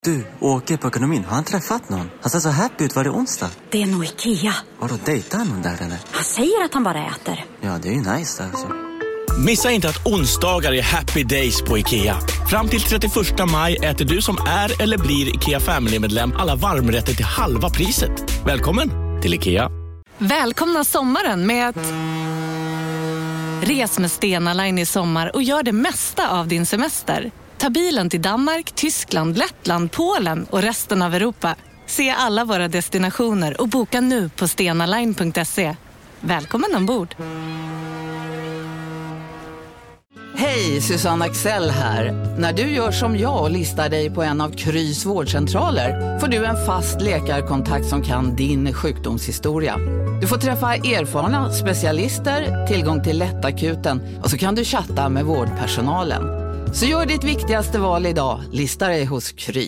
Du, åker på ekonomin. Har han träffat någon? Han ser så happy ut. Var det onsdag? Det är nog Ikea. Har du dejtat någon där eller? Han säger att han bara äter. Ja, det är ju nice alltså. Missa inte att onsdagar är happy days på Ikea. Fram till 31 maj äter du som är eller blir Ikea Family-medlem alla varmrätter till halva priset. Välkommen till Ikea. Välkomna sommaren med att... Res med Stena Line i sommar och gör det mesta av din semester. Ta bilen till Danmark, Tyskland, Lettland, Polen och resten av Europa. Se alla våra destinationer och boka nu på stenaline.se. Välkommen ombord! Hej, Susanne Axel här. När du gör som jag och listar dig på en av Krys vårdcentraler får du en fast läkarkontakt som kan din sjukdomshistoria. Du får träffa erfarna specialister, tillgång till lättakuten och så kan du chatta med vårdpersonalen. Så gör ditt viktigaste val idag, lista dig hos Kry.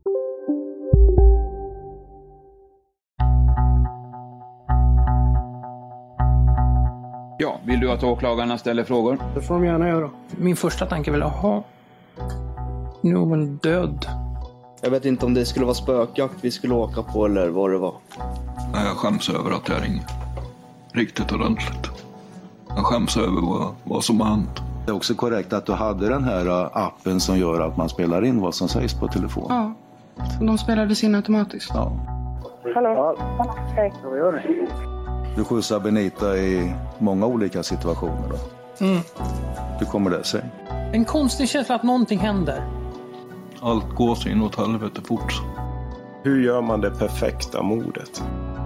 Ja, vill du att åklagarna ställer frågor? Det får de gärna göra. Min första tanke är väl, nu är hon död. Jag vet inte om det skulle vara spökjakt vi skulle åka på eller vad det var. Jag skäms över att jag ringer. Riktigt ordentligt. Jag skäms över vad som har hänt. Det är också korrekt att du hade den här appen som gör att man spelar in vad som sägs på telefon. Ja, så de spelades in automatiskt. Ja. Hallå? Hej. Vad gör du? Du skjutsar Benita i många olika situationer då. Hur kommer det sig? En konstig känsla att någonting händer. Allt går sig inåt helvete fort. Hur gör man det perfekta mordet?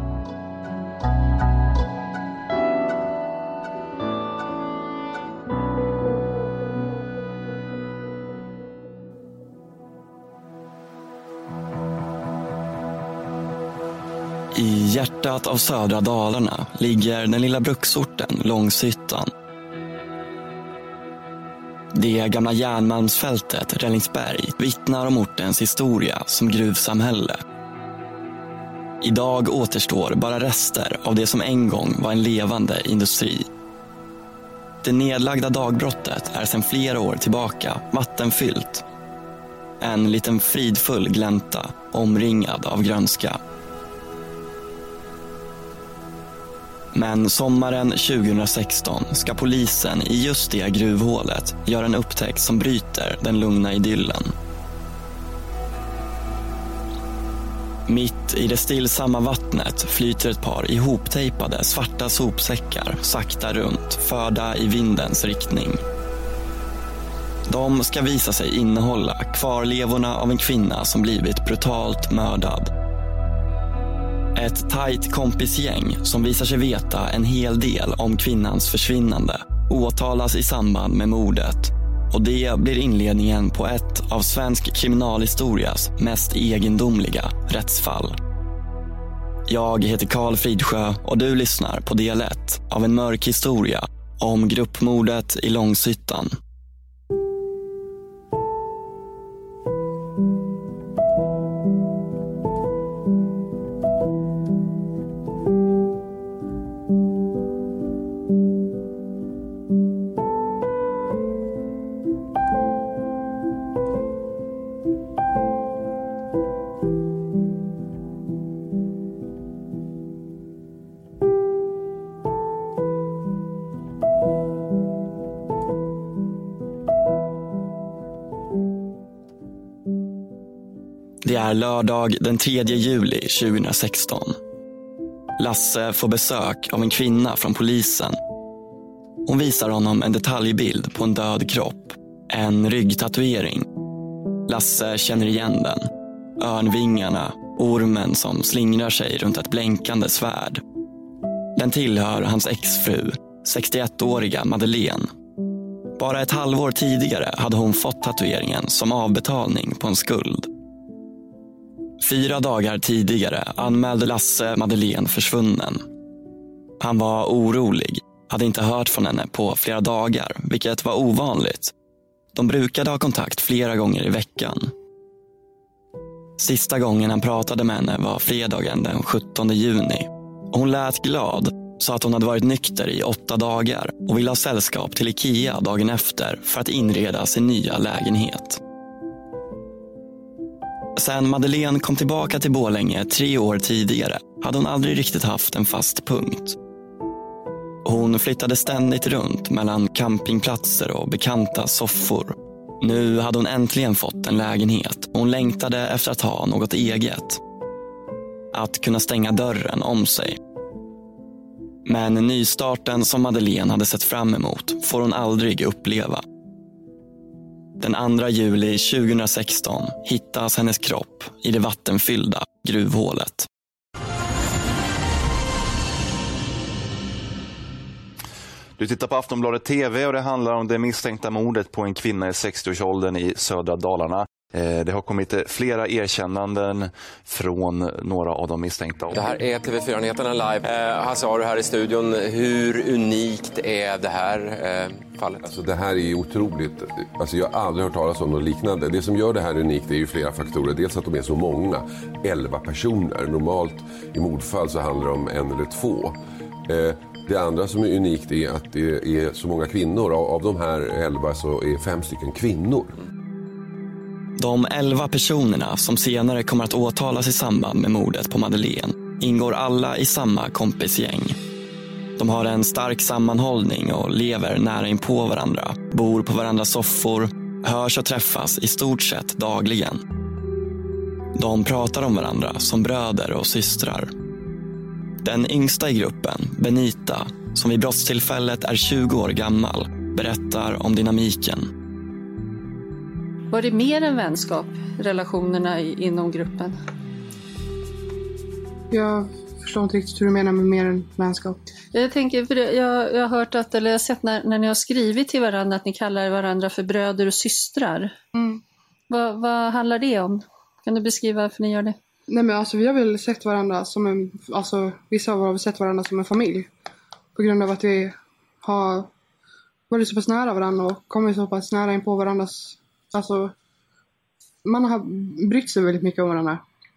I hjärtat av södra Dalarna ligger den lilla bruksorten Långshyttan. Det gamla järnmalmsfältet Rällingsberg vittnar om ortens historia som gruvsamhälle. Idag återstår bara rester av det som en gång var en levande industri. Det nedlagda dagbrottet är sedan flera år tillbaka vattenfyllt. En liten fridfull glänta omringad av grönska. Men sommaren 2016 ska polisen i just det gruvhålet göra en upptäckt som bryter den lugna idyllen. Mitt i det stillsamma vattnet flyter ett par ihoptejpade svarta sopsäckar sakta runt, förda i vindens riktning. De ska visa sig innehålla kvarlevorna av en kvinna som blivit brutalt mördad. Ett tajt kompisgäng som visar sig veta en hel del om kvinnans försvinnande åtalas i samband med mordet. Och det blir inledningen på ett av svensk kriminalhistorias mest egendomliga rättsfall. Jag heter Karl Fridsjö och du lyssnar på del 1 av en mörk historia om gruppmordet i Långshyttan. Det är lördag den 3 juli 2016. Lasse får besök av en kvinna från polisen. Hon visar honom en detaljbild på en död kropp. En ryggtatuering. Lasse känner igen den. Örnvingarna, ormen som slingrar sig runt ett blänkande svärd. Den tillhör hans exfru, 61-åriga Madeleine. Bara ett halvår tidigare hade hon fått tatueringen som avbetalning på en skuld. 4 dagar tidigare anmälde Lasse Madeleine försvunnen. Han var orolig, hade inte hört från henne på flera dagar, vilket var ovanligt. De brukade ha kontakt flera gånger i veckan. Sista gången han pratade med henne var fredagen den 17 juni. Och hon lät glad, sa att hon hade varit nykter i 8 dagar och ville ha sällskap till Ikea dagen efter för att inreda sin nya lägenhet. Sen Madeleine kom tillbaka till Borlänge 3 år tidigare hade hon aldrig riktigt haft en fast punkt. Hon flyttade ständigt runt mellan campingplatser och bekanta soffor. Nu hade hon äntligen fått en lägenhet och hon längtade efter att ha något eget. Att kunna stänga dörren om sig. Men nystarten som Madeleine hade sett fram emot får hon aldrig uppleva. Den 2 juli 2016 hittas hennes kropp i det vattenfyllda gruvhålet. Du tittar på Aftonbladet TV och det handlar om det misstänkta mordet på en kvinna i 60-årsåldern i södra Dalarna. Det har kommit flera erkännanden från några av de misstänkta. Det här är TV4-nyheterna live. Hasse, har du här i studion. Hur unikt är det här fallet? Alltså det här är otroligt. Alltså jag har aldrig hört talas om något liknande. Det som gör det här unikt är ju flera faktorer. Dels att de är så många, 11 personer. Normalt i mordfall så handlar det om 1 eller 2. Det andra som är unikt är att det är så många kvinnor. Av de här 11 så är 5 stycken kvinnor. De 11 personerna som senare kommer att åtalas i samband med mordet på Madeleine ingår alla i samma kompisgäng. De har en stark sammanhållning och lever nära in på varandra, bor på varandras soffor, hörs och träffas i stort sett dagligen. De pratar om varandra som bröder och systrar. Den yngsta i gruppen, Benita, som vid brottstillfället är 20 år gammal, berättar om dynamiken. Var det mer än vänskap, relationerna inom gruppen? Jag förstår inte riktigt hur du menar med mer än vänskap. Jag tänker, för jag har hört att, eller jag har sett när ni har skrivit till varandra att ni kallar varandra för bröder och systrar. Mm. Vad handlar det om? Kan du beskriva varför ni gör det? Nej men alltså vi har väl sett varandra som en, alltså vissa har väl sett varandra som en familj. På grund av att vi har varit så pass nära varandra och kommit så pass nära in på varandras, alltså man har brytt sig väldigt mycket om varandra.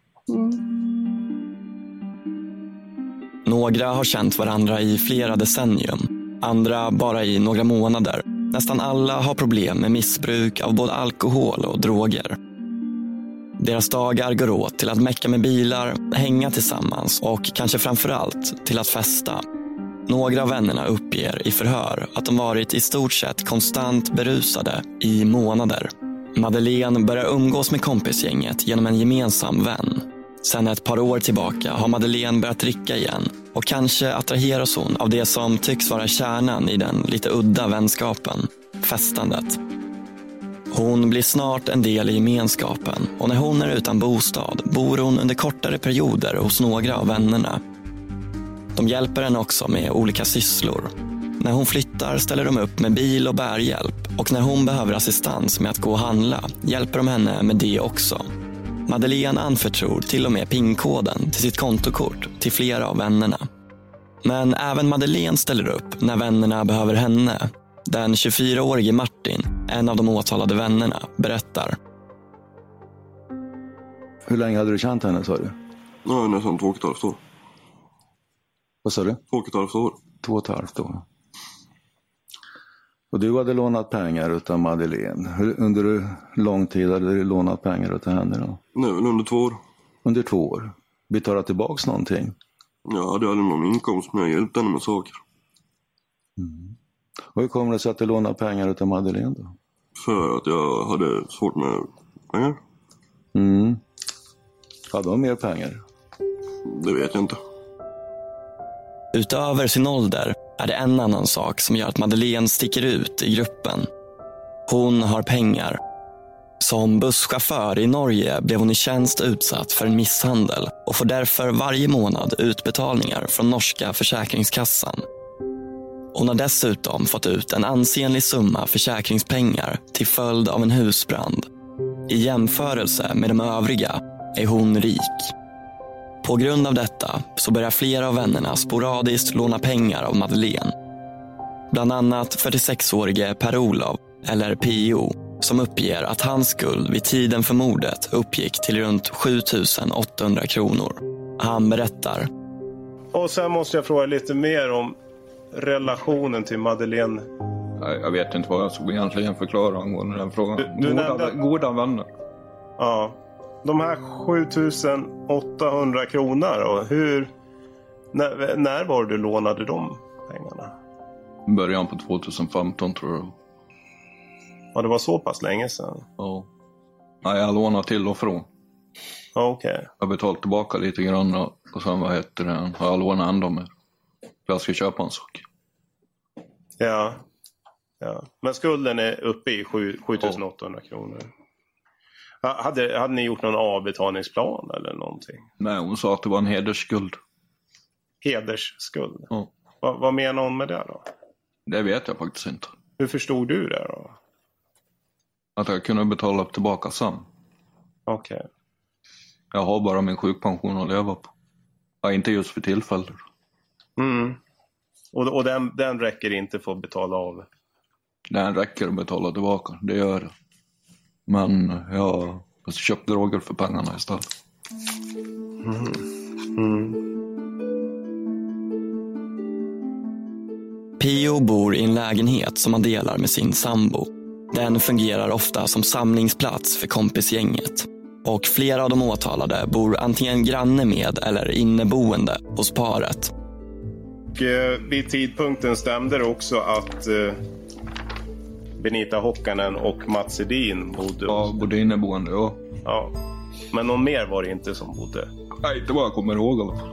Några har känt varandra i flera decennium, andra bara i några månader. Nästan alla har problem med missbruk av både alkohol och droger. Deras dagar går åt till att mecka med bilar, hänga tillsammans och kanske framförallt till att festa. Några av vännerna uppger i förhör att de varit i stort sett konstant berusade i månader. Madeleine börjar umgås med kompisgänget genom en gemensam vän. Sen ett par år tillbaka har Madeleine börjat dricka igen och kanske attraheras hon av det som tycks vara kärnan i den lite udda vänskapen, festandet. Hon blir snart en del i gemenskapen och när hon är utan bostad bor hon under kortare perioder hos några av vännerna. De hjälper henne också med olika sysslor. När hon flyttar ställer de upp med bil- och bärhjälp och när hon behöver assistans med att gå och handla hjälper de henne med det också. Madeleine anförtror till och med PIN-koden till sitt kontokort till flera av vännerna. Men även Madeleine ställer upp när vännerna behöver henne. Den 24-årige Martin, en av de åtalade vännerna, berättar. Hur länge hade du känt henne, sa du? Ja, nästan 2,5 år. Vad sa du? 2,5 år. 2,5 år. Och du hade lånat pengar utav Madeleine. Under hur lång tid hade du lånat pengar utav henne då? Nej, under 2 år. Under 2 år? Betalar tillbaks någonting? Ja, det hade någon inkomst men jag hjälpte henne med saker. Mm. Och hur kommer det sig att du lånade pengar utav Madeleine då? För att jag hade svårt med pengar. Mm. Hade hon mer pengar? Det vet jag inte. Utöver sin ålder är det en annan sak som gör att Madeleine sticker ut i gruppen. Hon har pengar. Som busschaufför i Norge blev hon i tjänst utsatt för en misshandel och får därför varje månad utbetalningar från norska försäkringskassan. Hon har dessutom fått ut en ansenlig summa försäkringspengar till följd av en husbrand. I jämförelse med de övriga är hon rik. På grund av detta så börjar flera av vännerna sporadiskt låna pengar av Madeleine. Bland annat 46-årige Per-Olof, eller P.O., som uppger att hans skuld vid tiden för mordet uppgick till runt 7 800 kronor. Han berättar. Och sen måste jag fråga lite mer om relationen till Madeleine. Jag vet inte vad jag skulle egentligen förklara angående den frågan. Du nämnde... Goda vänner. Ja. De här 7800 kronor då, när var du lånade de pengarna? Början på 2015 tror jag. Ja, det var så pass länge sedan. Ja. Nej, jag lånade till och från. Okej. Jag har betalt tillbaka lite grann och sen har jag lånat ändå mer. För jag ska köpa en sak. Ja. Men skulden är uppe i 7800 kronor. Hade ni gjort någon avbetalningsplan eller någonting? Nej, hon sa att det var en hedersskuld. Hedersskuld? Ja. Vad menar hon med det då? Det vet jag faktiskt inte. Hur förstod du det då? Att jag kunde betala tillbaka sen. Okej. Jag har bara min sjukpension att leva på. Ja, inte just för tillfället. Mm. Och den räcker inte för att betala av? Den räcker att betala tillbaka, det gör det. Men jag har köpt droger för pengarna istället. Pio bor i en lägenhet som han delar med sin sambo. Den fungerar ofta som samlingsplats för kompisgänget. Och flera av de åtalade bor antingen granne med eller inneboende hos paret. Och vid tidpunkten stämde det också att Benita Hokkanen och Mats Edin bodde. Ja, bodde inneboende, ja. Ja. Men någon mer var det inte som bodde? Nej, det var jag kommer ihåg i alla fall.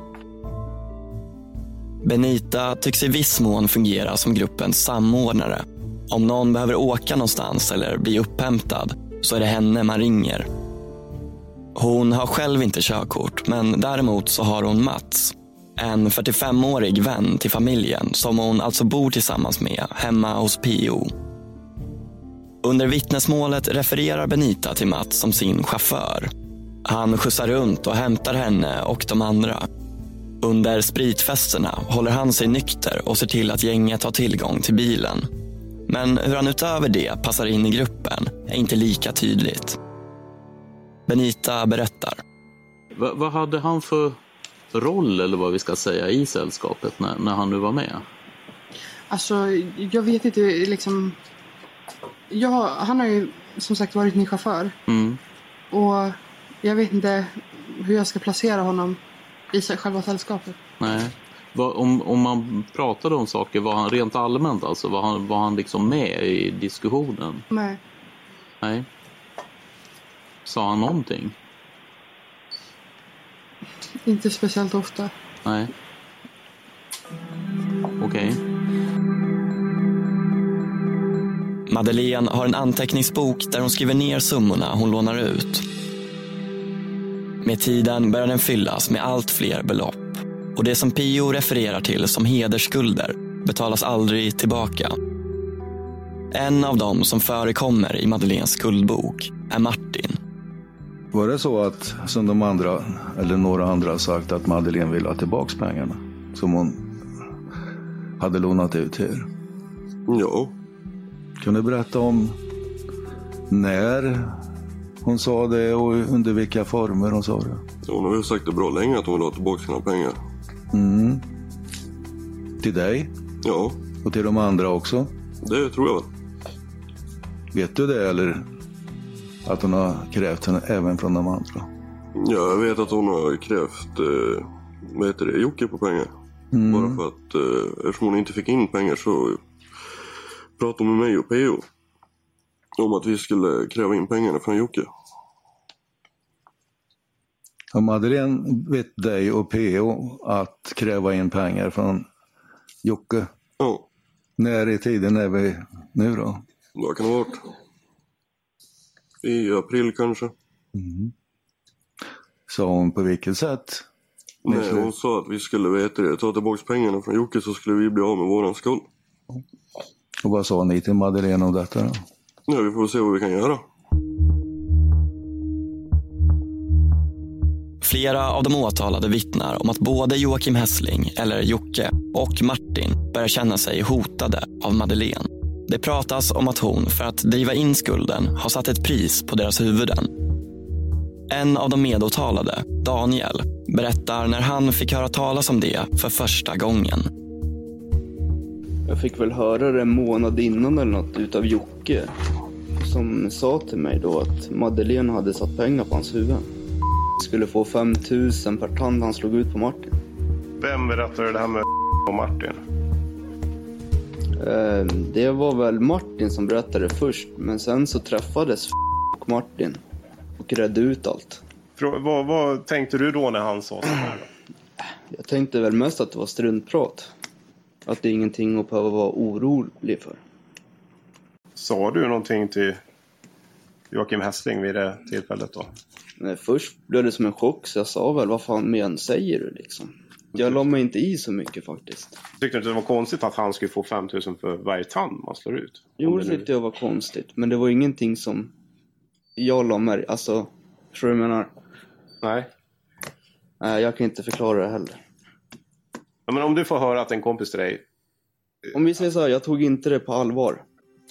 Benita tycks i viss mån fungera som gruppens samordnare. Om någon behöver åka någonstans eller bli upphämtad så är det henne man ringer. Hon har själv inte körkort, men däremot så har hon Mats. En 45-årig vän till familjen som hon alltså bor tillsammans med hemma hos Pio. Under vittnesmålet refererar Benita till Mats som sin chaufför. Han skjutsar runt och hämtar henne och de andra. Under spritfesterna håller han sig nykter och ser till att gänget har tillgång till bilen. Men hur han utöver det passar in i gruppen är inte lika tydligt. Benita berättar. Vad hade han för roll, eller vad vi ska säga, i sällskapet när han nu var med? Alltså, jag vet inte liksom... han har ju som sagt varit min chaufför. Mm. Och jag vet inte hur jag ska placera honom i själva sällskapet. Nej. Om man pratade om saker, var han rent allmänt alltså? Var han liksom med i diskussionen? Nej. Sa han någonting? Inte speciellt ofta. Nej. Okej. Madeleine har en anteckningsbok där hon skriver ner summorna hon lånar ut. Med tiden börjar den fyllas med allt fler belopp. Och det som Pio refererar till som hedersskulder betalas aldrig tillbaka. En av dem som förekommer i Madeleines skuldbok är Martin. Var det så att, som de andra, eller några andra har sagt, att Madeleine ville ha tillbaka pengarna som hon hade lånat ut till er? Ja. Kan du berätta om när hon sa det och under vilka former hon sa det? Hon har ju sagt det bra länge att hon vill ha tillbaka sina pengar. Mm. Till dig? Ja. Och till de andra också? Det tror jag väl. Vet du det, eller att hon har krävt henne även från de andra? Ja, jag vet att hon har krävt Jocke på pengar. Bara för att eftersom hon inte fick in pengar så pratade hon med mig och Pio om att vi skulle kräva in pengarna från Jocke. Har Madeleine vet dig och Pio att kräva in pengar från Jocke? Ja. När i tiden är vi nu då? Vad kan det ha varit? I april kanske. Mm. Sa hon på vilket sätt? Nej, hon sa att vi skulle ta tillbaka pengarna från Jocke så skulle vi bli av med våran skuld. Och vad sa ni till Madeleine om detta då? Ja, vi får se vad vi kan göra. Flera av de åtalade vittnar om att både Joakim Hessling, eller Jocke, och Martin börjar känna sig hotade av Madeleine. Det pratas om att hon, för att driva in skulden, har satt ett pris på deras huvuden. En av de medåtalade, Daniel, berättar när han fick höra talas om det för första gången. Jag fick väl höra det en månad innan eller något utav Jocke. Som sa till mig då att Madeleine hade satt pengar på hans huvud. skulle få 5 000 per tand han slog ut på Martin. Vem berättade det här med och Martin? Det var väl Martin som berättade först. Men sen så träffades och Martin och redde ut allt. Vad tänkte du då när han sa så här? Jag tänkte väl mest att det var struntprat. Att det är ingenting att behöva vara orolig för. Sa du någonting till Joakim Hessling vid det tillfället då? Nej, först blev det som en chock, så jag sa väl, vad fan men säger du liksom? Jag la mig inte i så mycket faktiskt. Tyckte du inte det var konstigt att han skulle få 5 000 för varje tand man slår ut? Jo, det tyckte jag var konstigt. Men det var ingenting som jag la mig, alltså, förstår du vad jag menar? Nej. Nej, jag kan inte förklara det heller. Ja, men om du får höra att en kompis till dig... Om vi säger så här, jag tog inte det på allvar.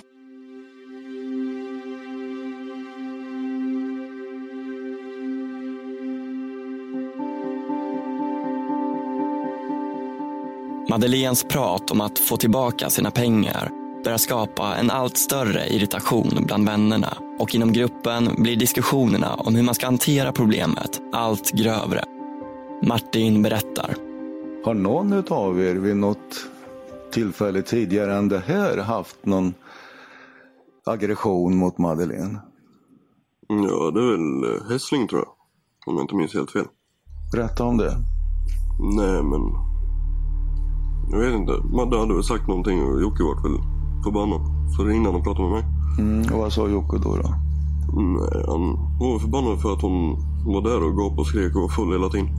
Madeleines prat om att få tillbaka sina pengar börjar skapa en allt större irritation bland vännerna, och inom gruppen blir diskussionerna om hur man ska hantera problemet allt grövre. Martin berättar. Har någon av er vid något tillfälle tidigare än det här haft någon aggression mot Madeleine? Ja, det är väl Hessling tror jag. Om jag inte minns helt fel. Berätta om det. Nej, men... Jag vet inte. Madde hade väl sagt någonting och Jocke var väl förbannad. Så det innan han pratade med mig. Och vad sa Jocke då? Nej, han var förbannad för att hon var där och gapade och skrek och var full hela tiden.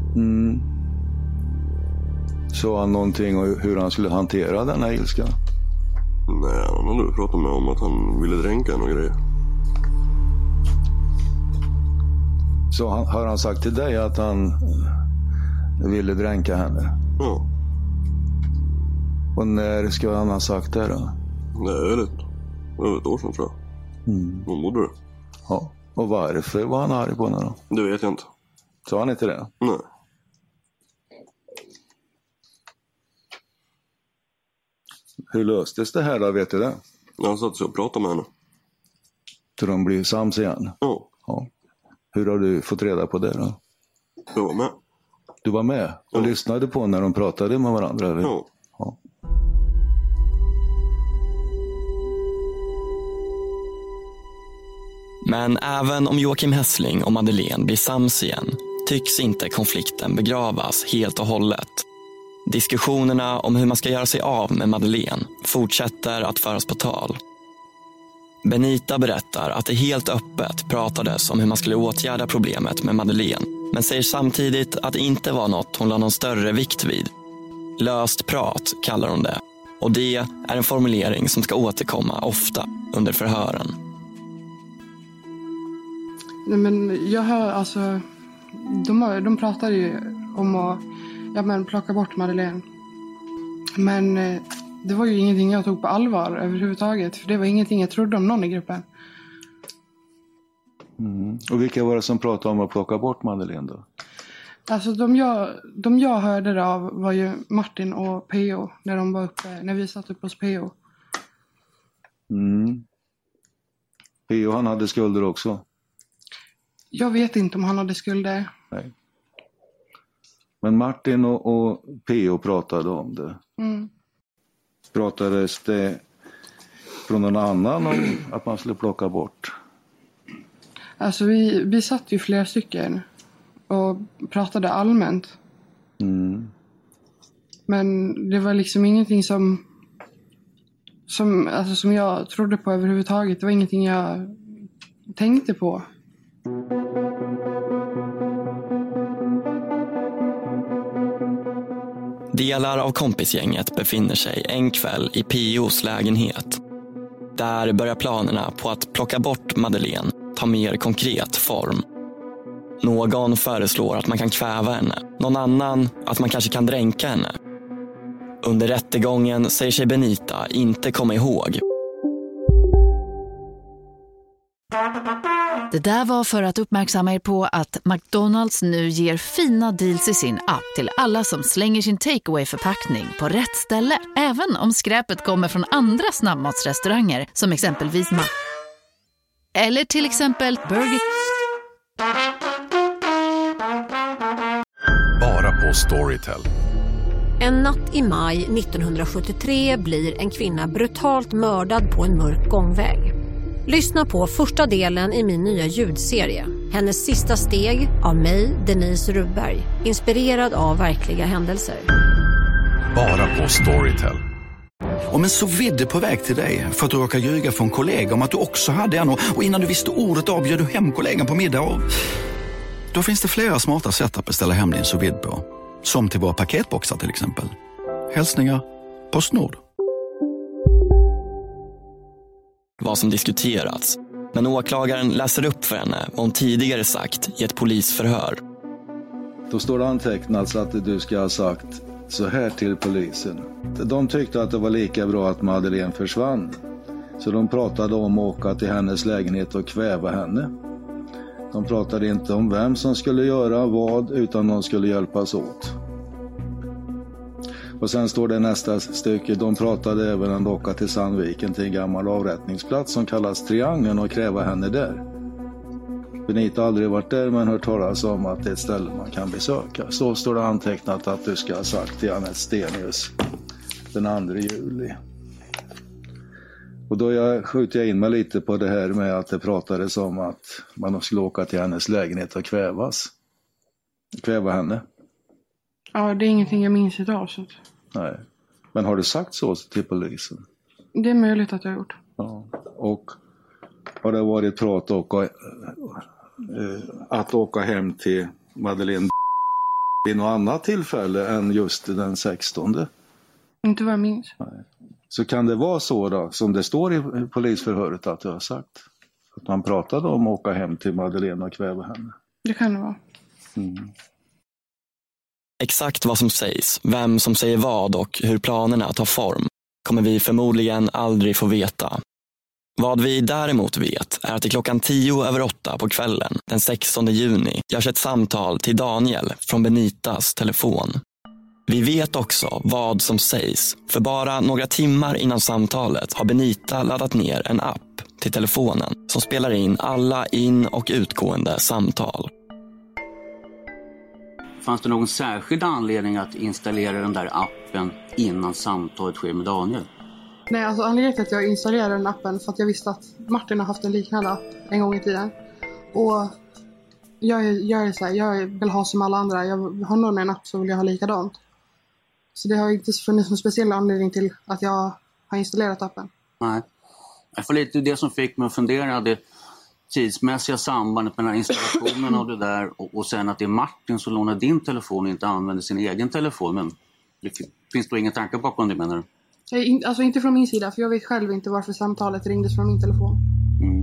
Sa han någonting om hur han skulle hantera den här ilskan? Nej, han hade pratat med om att han ville dränka en och grejer. Så har han sagt till dig att han ville dränka henne? Ja. Och när ska han ha sagt det då? Nej, det är ett år sedan tror jag. Hon bodde det. Ja. Och varför var han arg på henne då? Det vet jag inte. Sa han inte det? Nej. Hur löstes det här då, vet du det? Jag satt sig och pratade med henne. Så de blir sams igen? Ja. Hur har du fått reda på det då? Jag var med. Du var med och lyssnade på när de pratade med varandra? Eller? Ja. Men även om Joakim Hessling och Madeleine blir sams igen tycks inte konflikten begravas helt och hållet. Diskussionerna om hur man ska göra sig av med Madeleine fortsätter att föras på tal. Benita berättar att det helt öppet pratades om hur man skulle åtgärda problemet med Madeleine, men säger samtidigt att det inte var något hon la någon större vikt vid. Löst prat kallar hon det, och det är en formulering som ska återkomma ofta under förhören. Nej, men jag hör alltså, de pratade ju om att plocka bort Madeleine. Men det var ju ingenting jag tog på allvar överhuvudtaget. För det var ingenting jag trodde om någon i gruppen. Och vilka var det som pratade om att plocka bort Madeleine då? Alltså de jag hörde av var ju Martin och P.O. när vi satt upp hos P.O. P.O. han hade skulder också? Jag vet inte om han hade skulder. Nej. Men Martin och P.O. pratade om det. Pratades det från någon annan om att man skulle plocka bort? Alltså vi satt ju flera stycken och pratade allmänt. Men det var liksom ingenting som jag trodde på överhuvudtaget. Det var ingenting jag tänkte på. Delar av kompisgänget befinner sig en kväll i P.O.s lägenhet. Där börjar planerna på att plocka bort Madeleine ta mer konkret form. Någon föreslår att man kan kväva henne. Någon annan att man kanske kan dränka henne. Under rättegången säger sig Benita inte komma ihåg. Det där var för att uppmärksamma er på att McDonalds nu ger fina deals i sin app till alla som slänger sin takeaway-förpackning på rätt ställe. Även om skräpet kommer från andra snabbmatsrestauranger som exempelvis eller till exempel Burger. på Storytel. En natt i maj 1973 blir en kvinna brutalt mördad på en mörk gångväg. Lyssna på första delen i min nya ljudserie. Hennes sista steg av mig, Denise Rubberg. Inspirerad av verkliga händelser. Bara på Storytel. Om en så vidde på väg till dig för att du råkar ljuga för en kollega om att du också hade en och innan du visste ordet av bjöd du hem kollegan på middag och... Då finns det flera smarta sätt att beställa hem din sous vide på. Som till våra paketboxar till exempel. Hälsningar PostNord. Vad som diskuterats, men åklagaren läser upp för henne vad hon tidigare sagt i ett polisförhör. Då står det antecknat att du ska ha sagt så här till polisen. De tyckte att det var lika bra att Madeleine försvann. Så de pratade om att åka till hennes lägenhet och kväva henne. De pratade inte om vem som skulle göra vad, utan de skulle hjälpas åt. Och sen står det nästa stycke. De pratade även om att åka till Sandviken till en gammal avrättningsplats som kallas Triangeln och kräva henne där. Benita har aldrig varit där men hört talas om att det är ett ställe man kan besöka. Så står det antecknat att du ska ha sagt till Anette Stenius den 2 juli. Och då skjuter jag in mig lite på det här med att det pratades om att man skulle åka till hennes lägenhet och kväva henne. Ja, det är ingenting jag minns idag. Så. Nej. Men har du sagt så till polisen? Det är möjligt att jag har gjort. Ja. Och har det varit prat att åka hem till Madeleine vid något annat tillfälle än just den 16? Inte vad jag minns. Nej. Så kan det vara så då, som det står i polisförhöret att du har sagt? Att man pratade om att åka hem till Madeleine och kväva henne? Det kan det vara. Mm. Exakt vad som sägs, vem som säger vad och hur planerna tar form kommer vi förmodligen aldrig få veta. Vad vi däremot vet är att det 8:10 på kvällen den 16 juni görs ett samtal till Daniel från Benitas telefon. Vi vet också vad som sägs, för bara några timmar innan samtalet har Benita laddat ner en app till telefonen som spelar in alla in- och utgående samtal. Fanns det någon särskild anledning att installera den där appen innan samtalet sker med Daniel? Nej, alltså anledningen till att jag installerade den appen för att jag visste att Martin har haft en liknande app en gång i tiden. Och jag är så här, jag vill ha som alla andra. Har någon en app så vill jag ha likadant. Så det har inte funnits någon speciell anledning till att jag har installerat appen. Nej. Jag får lite det som fick mig att fundera, det tidsmässiga sambandet mellan installationen av det där och sen att det är Martin som lånar din telefon och inte använder sin egen telefon. Men det finns då inga tankar bakom det, menar du? Alltså inte från min sida, för jag vet själv inte varför samtalet ringdes från min telefon. Mm.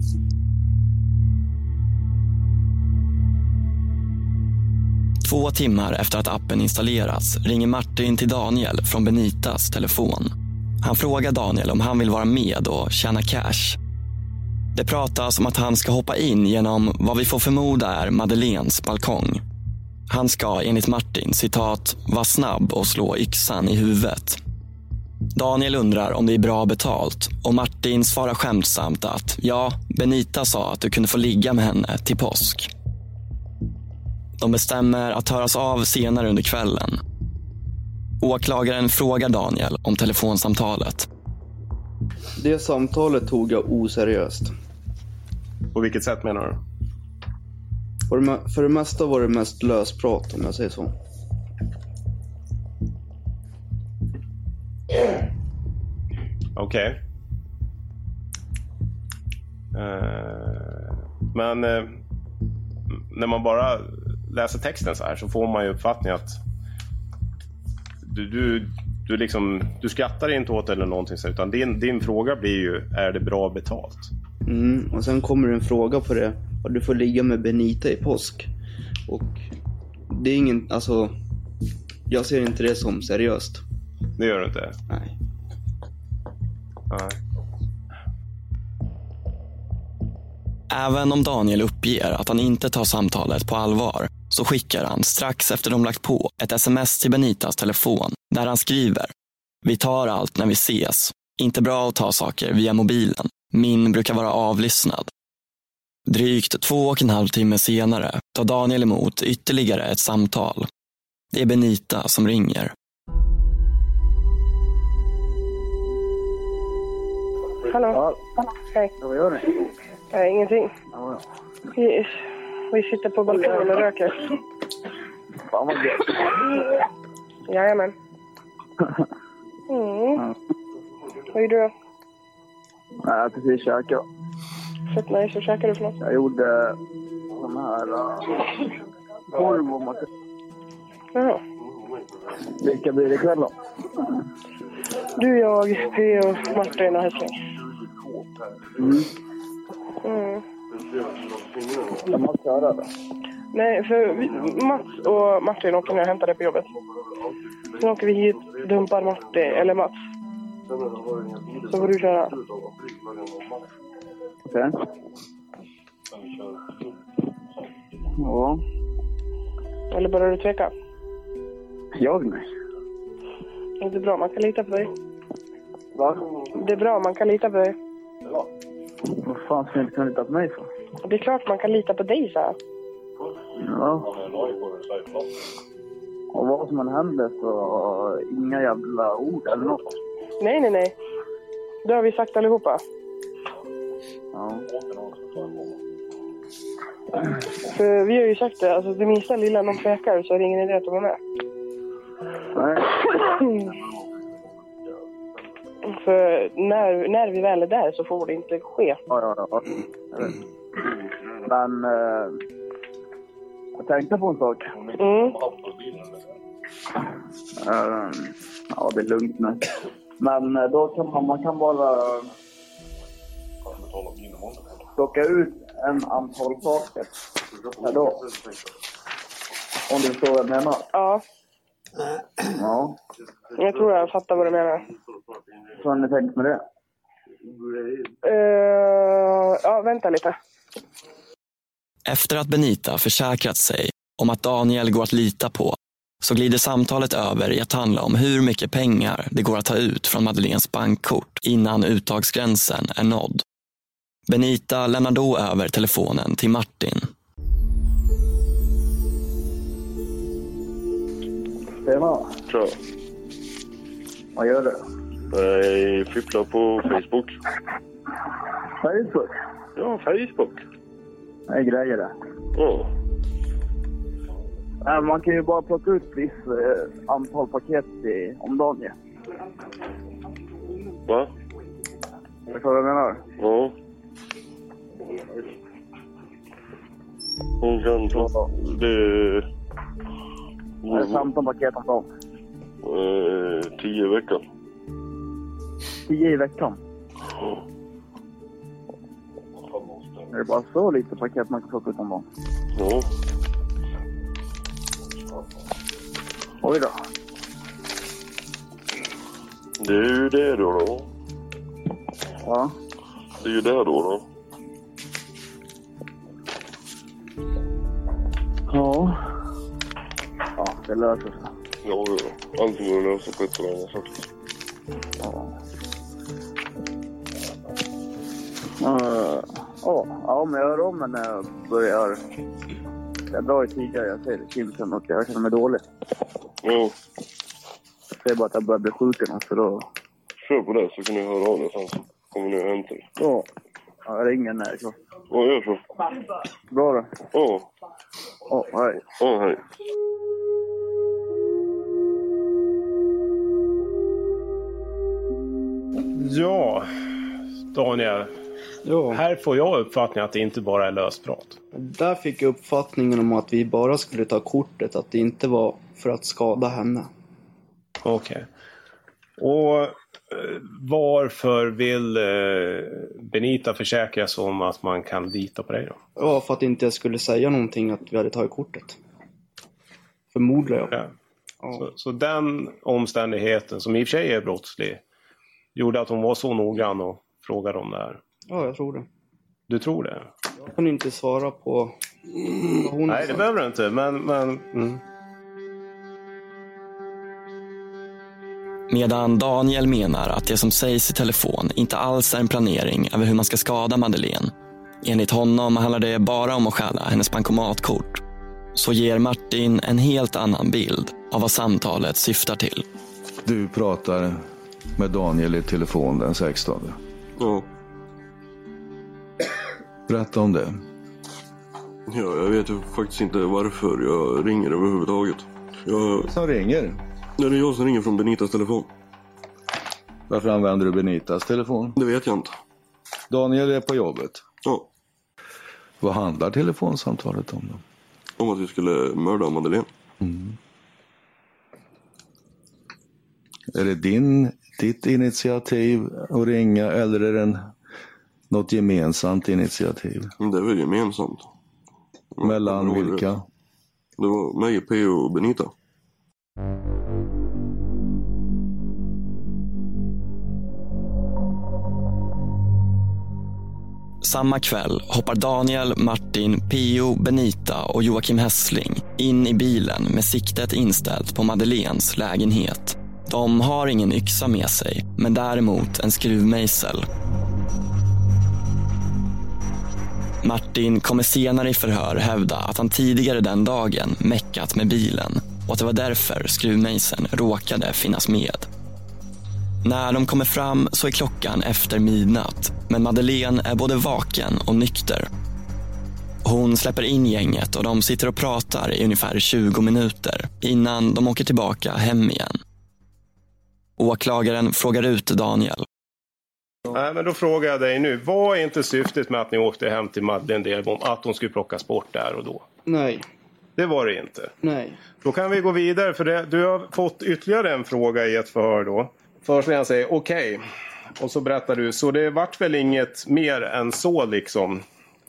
Två timmar efter att appen installerats ringer Martin till Daniel från Benitas telefon. Han frågar Daniel om han vill vara med och tjäna cash. Det pratas om att han ska hoppa in genom vad vi får förmoda är Madeleines balkong. Han ska enligt Martin, citat, vara snabb och slå yxan i huvudet. Daniel undrar om det är bra betalt och Martin svarar skämtsamt att ja, Benita sa att du kunde få ligga med henne till påsk. De bestämmer att höras av senare under kvällen. Åklagaren frågar Daniel om telefonsamtalet. Det samtalet tog jag oseriöst. På vilket sätt menar du? För det mesta var det mest lösprat, om jag säger så. Okej. Men när man bara läser texten så här så får man ju uppfattning att du skrattar inte åt eller någonting så, utan din fråga blir ju, är det bra betalt? Och sen kommer en fråga på det. Och du får ligga med Benita i påsk. Och det är ingen, alltså jag ser inte det som seriöst. Det gör du inte? Nej. Även om Daniel uppger att han inte tar samtalet på allvar så skickar han strax efter de lagt på ett sms till Benitas telefon där han skriver: vi tar allt när vi ses. Inte bra att ta saker via mobilen. Min brukar vara avlyssnad. Drygt 2,5 timmar senare tar Daniel emot ytterligare ett samtal. Det är Benita som ringer. Hallå? Hej. Vad gör ni? Nej, ingenting. Ja. Vi sitter på balkongen och röker. Fan vad gött. Jajamän. Vad gör du då? Nej, jag har precis käkat. Fett nice. Vad käkade du för något? Jag gjorde sån här korv och mat. Jaha. Vilka blir det ikväll då? Du, jag, P och Martin och Hässling. Jag måste köra då. Nej, för Mats och Martin åker ner och hämtar det på jobbet. Sen åker vi hit, dumpar Martin, eller Mats. Så får du köra. Okej. Ja. Eller börjar du tveka? Jag nej. Det är bra, man kan lita på dig. Va? Det är bra, man kan lita på dig. Vad fan ska jag inte kunna lita på mig för? Det är klart man kan lita på dig, så här. Ja. Och vad som än händer så inga jävla ord eller något. Nej. Det har vi sagt allihopa. Ja. För vi har ju sagt det, alltså det minsta lilla någon tvekar så är det ingen idé att de är med. Nej. För när vi väl är där så får det inte ske. Ja. Jag vet. Men jag tänkte på en sak. Ja, det är lugnt nu. Men då kan man kan bara plocka ut en antal saker per dag. Om du förstår vad jag menar. Ja. Ja. Jag tror jag fattar vad du menar. Så har ni tänkt med det? Ja, vänta lite. Efter att Benita försäkrat sig om att Daniel går att lita på så glider samtalet över i att handla om hur mycket pengar det går att ta ut från Madeleines bankkort innan uttagsgränsen är nådd. Benita lämnar då över telefonen till Martin. Tjena. Tja. Vad gör du? Jag fipplar på Facebook. Facebook? Ja, Facebook. Det är grejer det. Ja. Man kan ju bara plocka ut viss antal paket om dagen. Ja. Va? Förstår du vad jag menar? Ja. Hon kan ta... Det är 15 paket om dagen. 10 i veckan. 10 i veckan? Ja. Är det bara så lite paket man kan plocka ut om dagen? Ja. Oj då. Det är ju det då. Ja. Det är ju det då. Ja. Ja, det löser sig. Ja. Allting går att lösa på ett eller annat sätt. Ja. Ja, men jag gör om när jag börjar. Jag drar ju tidigare, jag säger det Kimsen och jag känner mig dålig. Ja. Det är bara att jag börjar bli sjuk igen, så då... Kör på det så kan ni höra av det sen så kommer ni och hämtar det. Ja, jag ringer när jag är klar. Ja, gör så. Bra då. Ja. Ja, hej. Ja, hej. Ja, Daniel. Ja. Här får jag uppfattningen att det inte bara är lösprat. Där fick jag uppfattningen om att vi bara skulle ta kortet, att det inte var för att skada henne. Okej. Och varför vill Benita försäkra sig om att man kan lita på dig då? Ja, för att inte jag skulle säga någonting att vi hade tagit kortet. Förmodligen. Okay. Ja. Så den omständigheten, som i och för sig är brottslig, gjorde att hon var så noggrann och frågade om det här? Ja, jag tror det. Du tror det? Jag kan inte svara på vad hon... Nej, det behöver du inte, men... Medan Daniel menar att det som sägs i telefon inte alls är en planering över hur man ska skada Madeleine. Enligt honom handlar det bara om att stjäla hennes bankomatkort. så ger Martin en helt annan bild av vad samtalet syftar till. Du pratar med Daniel i telefon den 16. Ja. Berätta om det. Ja, jag vet ju faktiskt inte varför jag ringer överhuvudtaget. Som ringer? Ja, det är jag som ringer från Benitas telefon. Varför använder du Benitas telefon? Det vet jag inte. Daniel är på jobbet? Ja. Vad handlar telefonsamtalet om då? Om att vi skulle mörda Madeleine. Mm. Är det ditt initiativ att ringa eller är det något gemensamt initiativ? Det är väl gemensamt. Mellan vilka? Det var mig, P och Benita. Samma kväll hoppar Daniel, Martin, Pio, Benita och Joakim Hessling in i bilen med siktet inställt på Madeleines lägenhet. De har ingen yxa med sig, men däremot en skruvmejsel. Martin kommer senare i förhör hävda att han tidigare den dagen meckat med bilen och att det var därför skruvmejseln råkade finnas med. När de kommer fram så är klockan efter midnatt, men Madeleine är både vaken och nykter. Hon släpper in gänget och de sitter och pratar i ungefär 20 minuter innan de åker tillbaka hem igen. Åklagaren frågar ut Daniel. Nej, men då frågar jag dig nu. Vad är inte syftet med att ni åkte hem till Madeleine Delbom? Att hon skulle plockas bort där och då? Nej. Det var det inte? Nej. Då kan vi gå vidare för du har fått ytterligare en fråga i ett förhör då. Förhörsledaren säger okej. Och så berättar du. Så det vart väl inget mer än så liksom?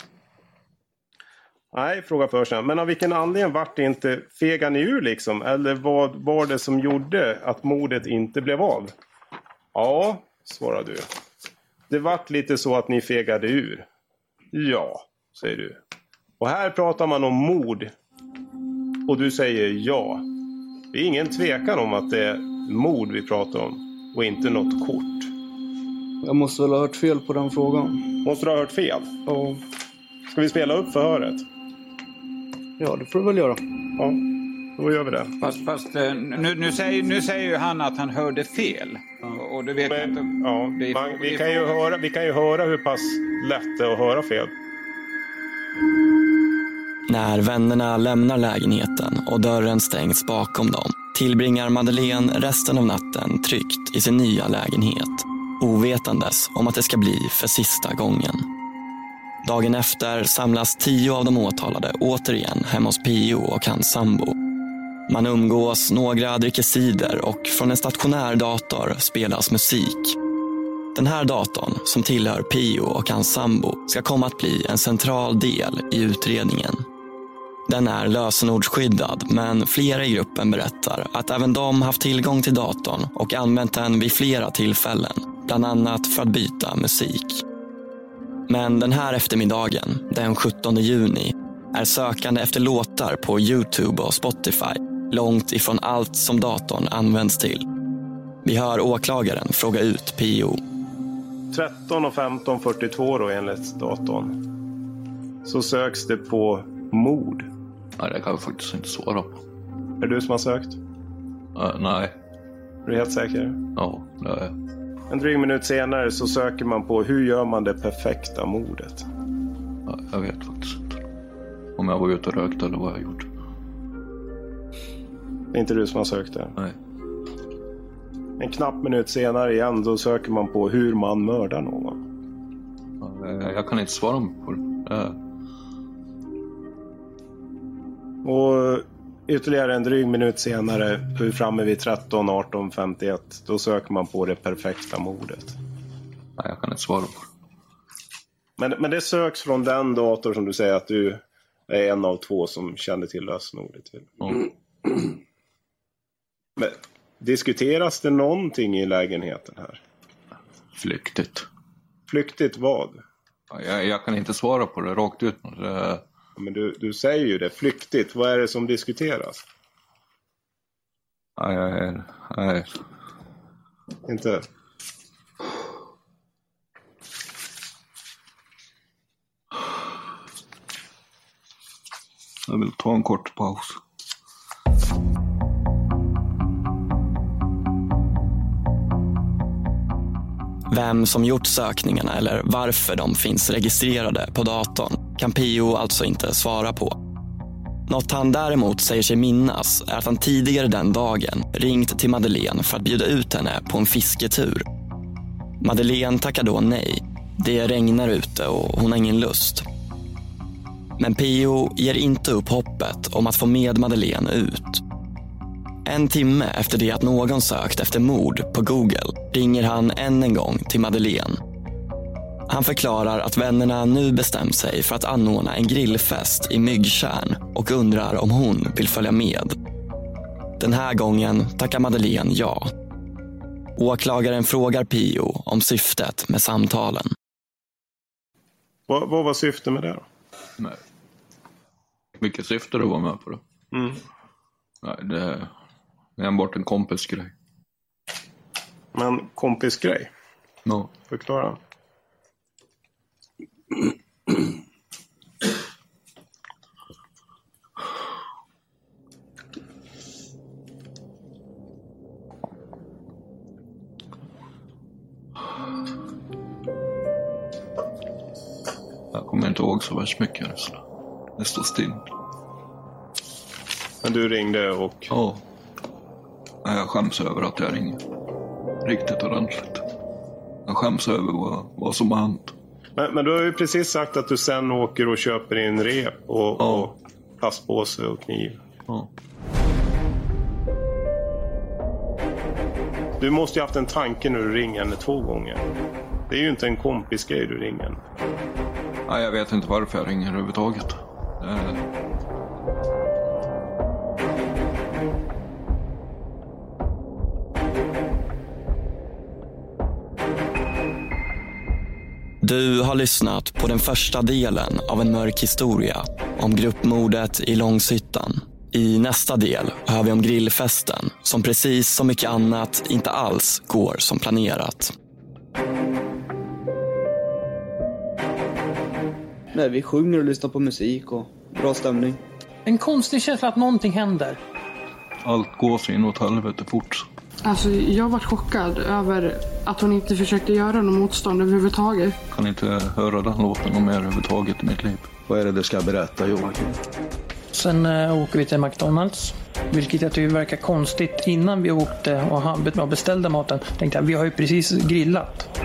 Nej, fråga förhörsledaren. Men av vilken anledning vart det inte, fegade ni ur liksom? Eller vad var det som gjorde att mordet inte blev av? Ja, svarar du. Det vart lite så att ni fegade ur. Ja, säger du. Och här pratar man om mord. Och du säger ja. Det är ingen tvekan om att det är mord vi pratar om. Och inte något kort. Jag måste väl ha hört fel på den frågan. Måste du ha hört fel? Ja. Ska vi spela upp förhöret? Ja, det får du väl göra. Ja, då gör vi det. Fast nu säger ju han att han hörde fel. Och det vet jag inte. Ja, vi kan ju höra hur pass lätt det är att höra fel. När vännerna lämnar lägenheten och dörren stängs bakom dem tillbringar Madeleine resten av natten tryggt i sin nya lägenhet, ovetandes om att det ska bli för sista gången. Dagen efter samlas 10 av de åtalade återigen hemma hos Pio och hans sambo. Man umgås, några dricker cider och från en stationär dator spelas musik. Den här datorn, som tillhör Pio och hans sambo, ska komma att bli en central del i utredningen. Den är lösenordsskyddad, men flera i gruppen berättar att även de haft tillgång till datorn och använt den vid flera tillfällen, bland annat för att byta musik. Men den här eftermiddagen, den 17 juni, är sökande efter låtar på YouTube och Spotify långt ifrån allt som datorn används till. Vi hör åklagaren fråga ut Pio. 13 och 15:42 då enligt datorn. Så söks det på mord. Nej, det kan jag faktiskt inte svara på. Är det du som har sökt? Nej. Är du helt säker? Ja, det är jag. En dryg minut senare så söker man på hur gör man det perfekta mordet. Ja, jag vet faktiskt inte. Om jag var ute och rökte eller vad jag gjort. Det är inte du som har sökt det? Nej. En knapp minut senare igen då söker man på hur man mördar någon. Ja, jag kan inte svara på det. Och ytterligare en dryg minut senare, då är vi framme vid 13:18:51. Då söker man på det perfekta mordet. Nej, jag kan inte svara på det. Men det söks från den dator som du säger att du är en av 2 som kände till lösenordet. Men diskuteras det någonting i lägenheten här? Flyktigt. Flyktigt vad? Jag kan inte svara på det rakt ut. Men du säger ju det, flyktigt. Vad är det som diskuteras? Nej. Inte? Jag vill ta en kort paus. Vem som gjort sökningarna eller varför de finns registrerade på datorn kan Pio alltså inte svara på. Något han däremot säger sig minnas är att han tidigare den dagen ringt till Madeleine för att bjuda ut henne på en fisketur. Madeleine tackar då nej. Det regnar ute och hon har ingen lust. Men Pio ger inte upp hoppet om att få med Madeleine ut. En timme efter det att någon sökt efter mord på Google ringer han än en gång till Madeleine. Han förklarar att vännerna nu bestämt sig för att anordna en grillfest i Myggtjärn och undrar om hon vill följa med. Den här gången tackar Madeleine ja. Åklagaren frågar Pio om syftet med samtalen. Vad var syftet med det då? Nej. Vilket syfte du var med på då? Nej, det är enbart en kompisgrej. Men kompisgrej? Ja. Förklara. Jag kommer inte ihåg så värst mycket. Så det står still. Men du ringde och... Ja. Jag skäms över att jag ringer. Riktigt ordentligt. Jag skäms över vad som har hänt. Men du har ju precis sagt att du sen åker och köper in rep och plastpåse och kniv. Ja. Du måste ju haft en tanke när du ringer henne 2 gånger. Det är ju inte en kompisgrej du ringer. Nej, jag vet inte varför jag ringer överhuvudtaget. Du har lyssnat på den första delen av en mörk historia om gruppmordet i Långshyttan. I nästa del hör vi om grillfesten som precis som mycket annat inte alls går som planerat. Nej, vi sjunger och lyssnar på musik och bra stämning. En konstig känsla att någonting händer. Allt går så inåt helvete fort. Alltså, jag var chockad över att hon inte försökte göra någon motstånd överhuvudtaget. Kan inte höra den låten mer överhuvudtaget i mitt liv. Vad är det du ska berätta, Joakim? Sen åker vi till McDonalds. Vilket jag tycker verkar konstigt. Innan vi åkte och beställde maten tänkte jag, vi har ju precis grillat.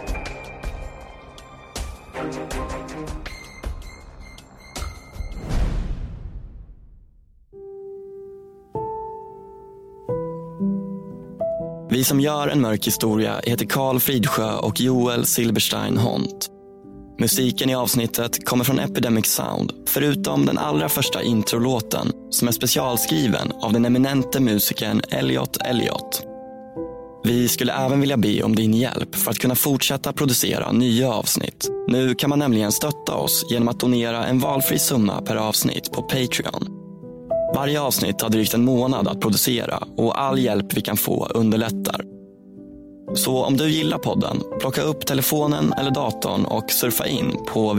Vi som gör en mörk historia heter Carl Fridsjö och Joel Silberstein Hont. Musiken i avsnittet kommer från Epidemic Sound, förutom den allra första introlåten som är specialskriven av den eminente musikern Elliot Elliot. Vi skulle även vilja be om din hjälp för att kunna fortsätta producera nya avsnitt. Nu kan man nämligen stötta oss genom att donera en valfri summa per avsnitt på Patreon. Varje avsnitt har drygt en månad att producera och all hjälp vi kan få underlättar. Så om du gillar podden, plocka upp telefonen eller datorn och surfa in på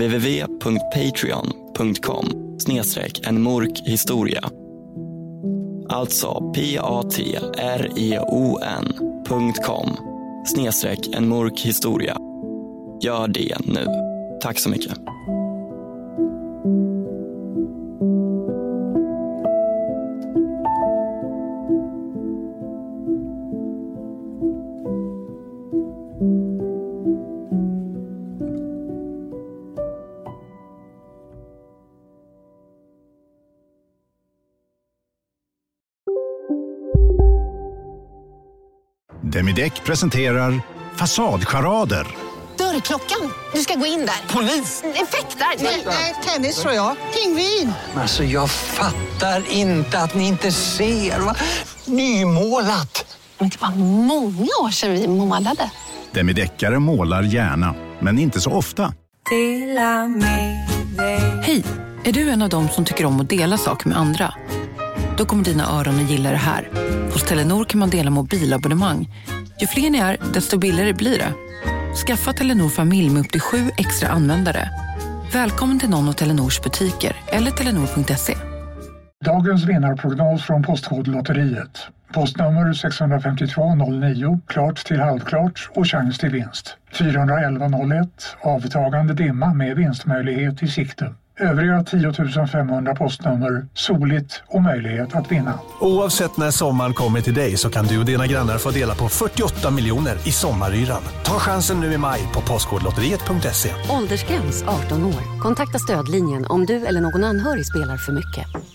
www.patreon.com/enmörkhistoria. Alltså patreon.com/enmörkhistoria. Gör det nu. Tack så mycket. Demideck presenterar Fasadcharader. Dörrklockan. Du ska gå in där. Polis? Effektar? Nej, tennis tror jag. Pingvin. Alltså jag fattar inte att ni inte ser. Va? Nymålat. Men det var många år sedan vi målade. Demideckare målar gärna, men inte så ofta. Hej, är du en av dem som tycker om att dela saker med andra? Då kommer dina öron att gilla det här. Hos Telenor kan man dela mobilabonnemang. Ju fler ni är, desto billigare blir det. Skaffa Telenor familj med upp till 7 extra användare. Välkommen till någon av Telenors butiker eller telenor.se. Dagens vinnarprognos från Postkodlotteriet. Postnummer 65209, klart till halvklart och chans till vinst. 41101, avtagande dimma med vinstmöjlighet i sikte. Övriga 10 500 postnummer, soligt och möjlighet att vinna. Oavsett när sommaren kommer till dig så kan du och dina grannar få dela på 48 miljoner i sommaryran. Ta chansen nu i maj på postkodlotteriet.se. Åldersgräns 18 år. Kontakta stödlinjen om du eller någon anhörig spelar för mycket.